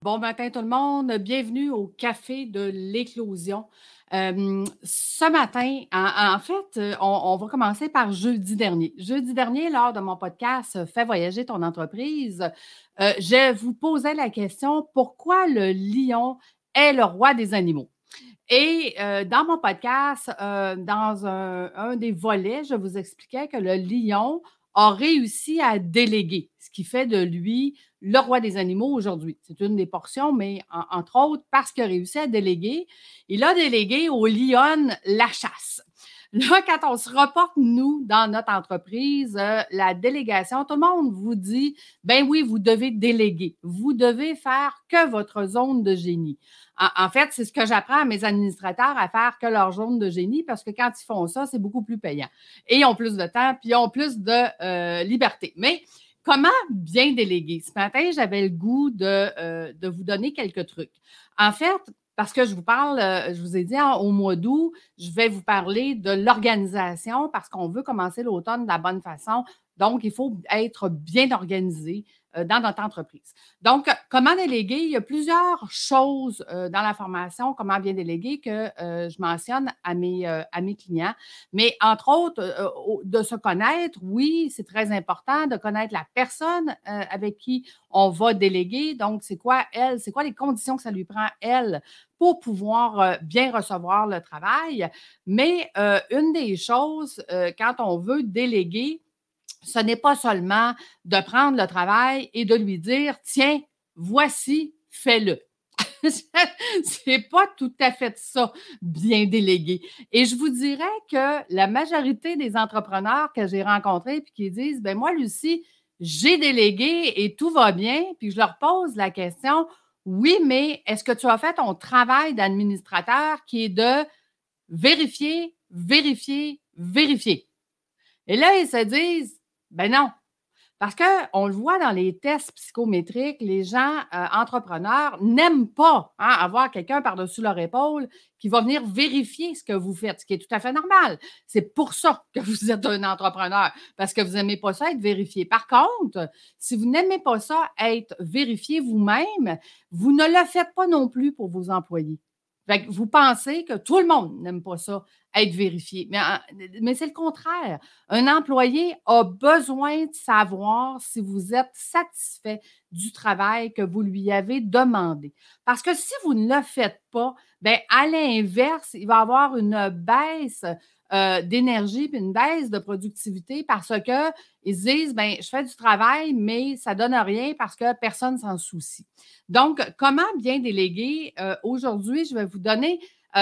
Bon matin tout le monde, bienvenue au Café de l'éclosion. Ce matin, en fait, on va commencer par jeudi dernier. Jeudi dernier, lors de mon podcast Fais voyager ton entreprise, je vous posais la question: pourquoi le lion est le roi des animaux? Et dans mon podcast, dans un des volets, je vous expliquais que le lion a réussi à déléguer, ce qui fait de lui le roi des animaux aujourd'hui. C'est une des portions, mais entre autres, parce qu'il a réussi à déléguer, il a délégué aux lionnes la chasse. Là, quand on se reporte, nous, dans notre entreprise, la délégation, tout le monde vous dit, ben oui, vous devez déléguer. Vous devez faire que votre zone de génie. En fait, c'est ce que j'apprends à mes administrateurs à faire que leur zone de génie parce que quand ils font ça, c'est beaucoup plus payant. Et ils ont plus de temps, puis ils ont plus de liberté. Mais comment bien déléguer? Ce matin, j'avais le goût de vous donner quelques trucs. En fait, parce que je vous parle, je vous ai dit au mois d'août, je vais vous parler de l'organisation parce qu'on veut commencer l'automne de la bonne façon. Donc, il faut être bien organisé dans notre entreprise. Donc, comment déléguer? Il y a plusieurs choses dans la formation, comment bien déléguer, que je mentionne à mes clients. Mais entre autres, de se connaître, oui, c'est très important de connaître la personne avec qui on va déléguer. Donc, c'est quoi elle? C'est quoi les conditions que ça lui prend, elle, pour pouvoir bien recevoir le travail? Mais une des choses, quand on veut déléguer, ce n'est pas seulement de prendre le travail et de lui dire: «Tiens, voici, fais-le». C'est pas tout à fait ça, bien déléguer. Et je vous dirais que la majorité des entrepreneurs que j'ai rencontrés puis qui disent: «Ben moi, Lucie, j'ai délégué et tout va bien», puis je leur pose la question: «Oui, mais est-ce que tu as fait ton travail d'administrateur qui est de vérifier, vérifier, vérifier?» Et là, ils se disent: «Ben non». Parce qu'on le voit dans les tests psychométriques, les gens entrepreneurs n'aiment pas avoir quelqu'un par-dessus leur épaule qui va venir vérifier ce que vous faites, ce qui est tout à fait normal. C'est pour ça que vous êtes un entrepreneur, parce que vous n'aimez pas ça être vérifié. Par contre, si vous n'aimez pas ça être vérifié vous-même, vous ne le faites pas non plus pour vos employés. Fait que vous pensez que tout le monde n'aime pas ça, être vérifié. Mais c'est le contraire. Un employé a besoin de savoir si vous êtes satisfait du travail que vous lui avez demandé. Parce que si vous ne le faites pas, bien, à l'inverse, il va y avoir une baisse d'énergie puis une baisse de productivité parce qu'ils se disent, bien, je fais du travail, mais ça ne donne rien parce que personne s'en soucie. Donc, comment bien déléguer? Aujourd'hui, je vais vous donner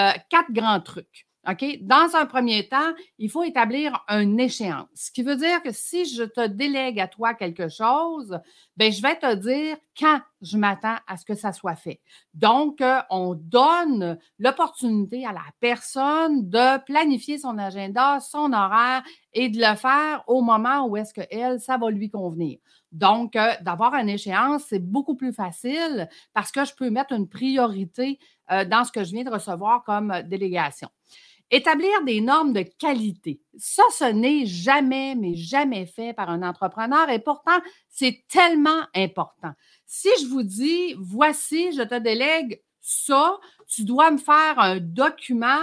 4 grands trucs. OK? Dans un premier temps, il faut établir une échéance. Ce qui veut dire que si je te délègue à toi quelque chose, bien, je vais te dire quand je m'attends à ce que ça soit fait. Donc, on donne l'opportunité à la personne de planifier son agenda, son horaire et de le faire au moment où est-ce que elle, ça va lui convenir. Donc, d'avoir une échéance, c'est beaucoup plus facile parce que je peux mettre une priorité dans ce que je viens de recevoir comme délégation. Établir des normes de qualité. Ça, ce n'est jamais, mais jamais fait par un entrepreneur et pourtant, c'est tellement important. Si je vous dis, voici, je te délègue ça, tu dois me faire un document,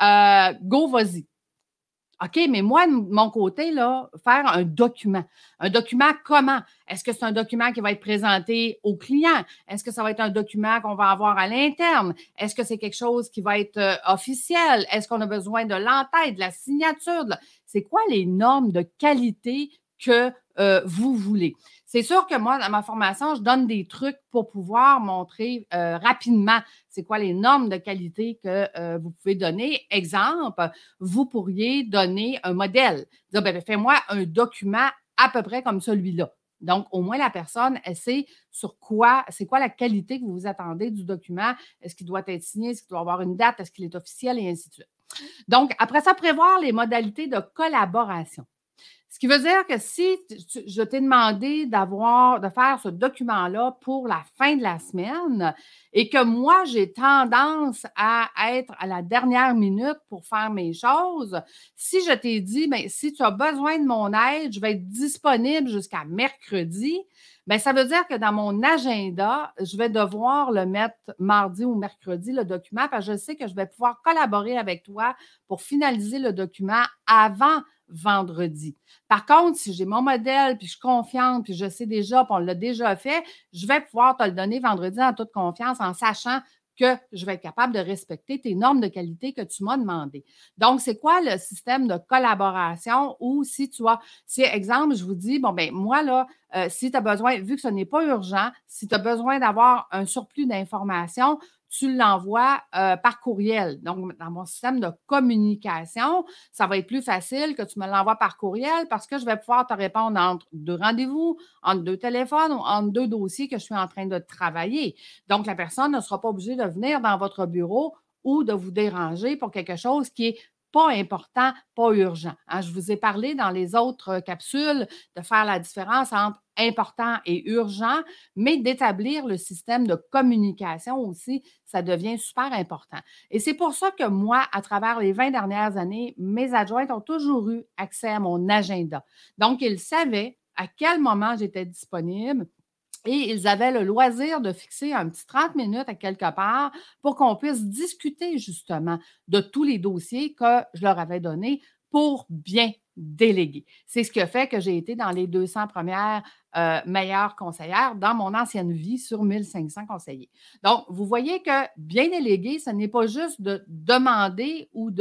go, vas-y. OK, mais moi, de mon côté, là, faire un document. Un document comment? Est-ce que c'est un document qui va être présenté au client? Est-ce que ça va être un document qu'on va avoir à l'interne? Est-ce que c'est quelque chose qui va être officiel? Est-ce qu'on a besoin de l'entête, de la signature? C'est quoi les normes de qualité que vous voulez? C'est sûr que moi, dans ma formation, je donne des trucs pour pouvoir montrer rapidement c'est quoi les normes de qualité que vous pouvez donner. Exemple, vous pourriez donner un modèle. Dire, ben, fais-moi un document à peu près comme celui-là. Donc, au moins, la personne, elle sait sur quoi, c'est quoi la qualité que vous vous attendez du document. Est-ce qu'il doit être signé? Est-ce qu'il doit avoir une date? Est-ce qu'il est officiel? Et ainsi de suite. Donc, après ça, prévoir les modalités de collaboration. Ce qui veut dire que si je t'ai demandé de faire ce document-là pour la fin de la semaine et que moi, j'ai tendance à être à la dernière minute pour faire mes choses, si je t'ai dit, bien, si tu as besoin de mon aide, je vais être disponible jusqu'à mercredi, bien, ça veut dire que dans mon agenda, je vais devoir le mettre mardi ou mercredi, le document, parce que je sais que je vais pouvoir collaborer avec toi pour finaliser le document avant vendredi. Par contre, si j'ai mon modèle, puis je suis confiante, puis je sais déjà, puis on l'a déjà fait, je vais pouvoir te le donner vendredi en toute confiance en sachant que je vais être capable de respecter tes normes de qualité que tu m'as demandé. Donc, c'est quoi le système de collaboration où si exemple, je vous dis, bon, ben moi, là, si tu as besoin, vu que ce n'est pas urgent, si tu as besoin d'avoir un surplus d'informations, tu l'envoies par courriel. Donc, dans mon système de communication, ça va être plus facile que tu me l'envoies par courriel parce que je vais pouvoir te répondre entre deux rendez-vous, entre deux téléphones ou entre deux dossiers que je suis en train de travailler. Donc, la personne ne sera pas obligée de venir dans votre bureau ou de vous déranger pour quelque chose qui est pas important, pas urgent. Hein, je vous ai parlé dans les autres capsules de faire la différence entre important et urgent, mais d'établir le système de communication aussi, ça devient super important. Et c'est pour ça que moi, à travers les 20 dernières années, mes adjointes ont toujours eu accès à mon agenda. Donc, ils savaient à quel moment j'étais disponible, et ils avaient le loisir de fixer un petit 30 minutes à quelque part pour qu'on puisse discuter justement de tous les dossiers que je leur avais donnés pour bien déléguer. C'est ce qui a fait que j'ai été dans les 200 premières meilleures conseillères dans mon ancienne vie sur 1500 conseillers. Donc, vous voyez que bien déléguer, ce n'est pas juste de demander ou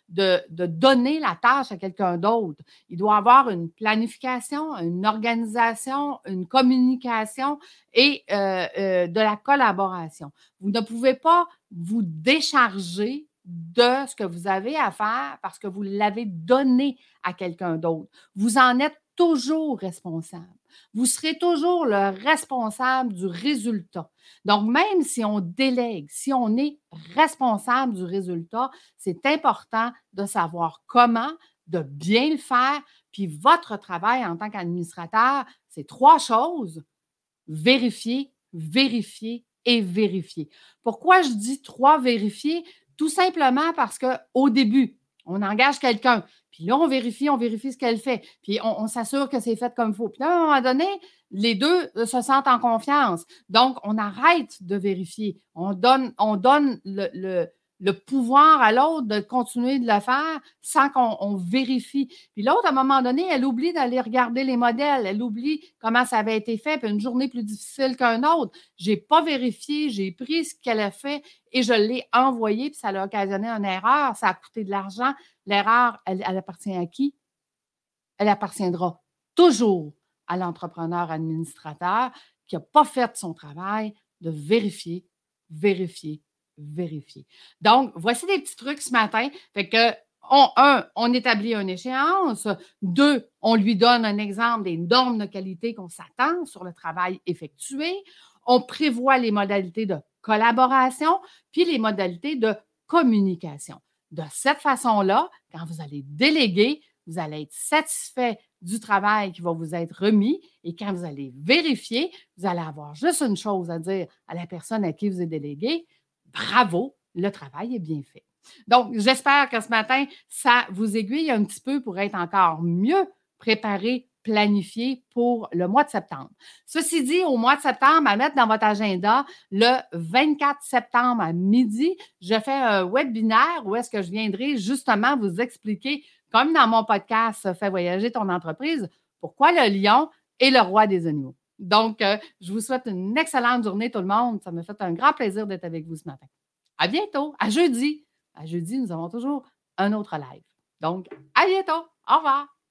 de donner la tâche à quelqu'un d'autre. Il doit avoir une planification, une organisation, une communication et de la collaboration. Vous ne pouvez pas vous décharger de ce que vous avez à faire parce que vous l'avez donné à quelqu'un d'autre. Vous en êtes toujours responsable. Vous serez toujours le responsable du résultat. Donc, même si on délègue, si on est responsable du résultat, c'est important de savoir comment, de bien le faire. Puis votre travail en tant qu'administrateur, c'est trois choses: vérifier, vérifier et vérifier. Pourquoi je dis trois vérifier? Tout simplement parce qu'au début, on engage quelqu'un, puis là, on vérifie ce qu'elle fait, puis on s'assure que c'est fait comme il faut. Puis là, à un moment donné, les deux se sentent en confiance. Donc, on arrête de vérifier. On donne le pouvoir à l'autre de continuer de le faire sans qu'on vérifie. Puis l'autre, à un moment donné, elle oublie d'aller regarder les modèles, elle oublie comment ça avait été fait, puis une journée plus difficile qu'un autre. Je n'ai pas vérifié, j'ai pris ce qu'elle a fait et je l'ai envoyé, puis ça a occasionné une erreur, ça a coûté de l'argent. L'erreur, elle appartient à qui? Elle appartiendra toujours à l'entrepreneur administrateur qui n'a pas fait son travail de vérifier, vérifier, vérifier. Donc, voici des petits trucs ce matin. Fait que, on établit une échéance. Deux, on lui donne un exemple des normes de qualité qu'on s'attend sur le travail effectué. On prévoit les modalités de collaboration, puis les modalités de communication. De cette façon-là, quand vous allez déléguer, vous allez être satisfait du travail qui va vous être remis et quand vous allez vérifier, vous allez avoir juste une chose à dire à la personne à qui vous êtes délégué: bravo, le travail est bien fait. Donc, j'espère que ce matin, ça vous aiguille un petit peu pour être encore mieux préparé, planifié pour le mois de septembre. Ceci dit, au mois de septembre, à mettre dans votre agenda, le 24 septembre à midi, je fais un webinaire où est-ce que je viendrai justement vous expliquer, comme dans mon podcast Fais voyager ton entreprise, pourquoi le lion est le roi des animaux. Donc, je vous souhaite une excellente journée, tout le monde. Ça m'a fait un grand plaisir d'être avec vous ce matin. À bientôt, à jeudi. À jeudi, nous avons toujours un autre live. Donc, à bientôt. Au revoir.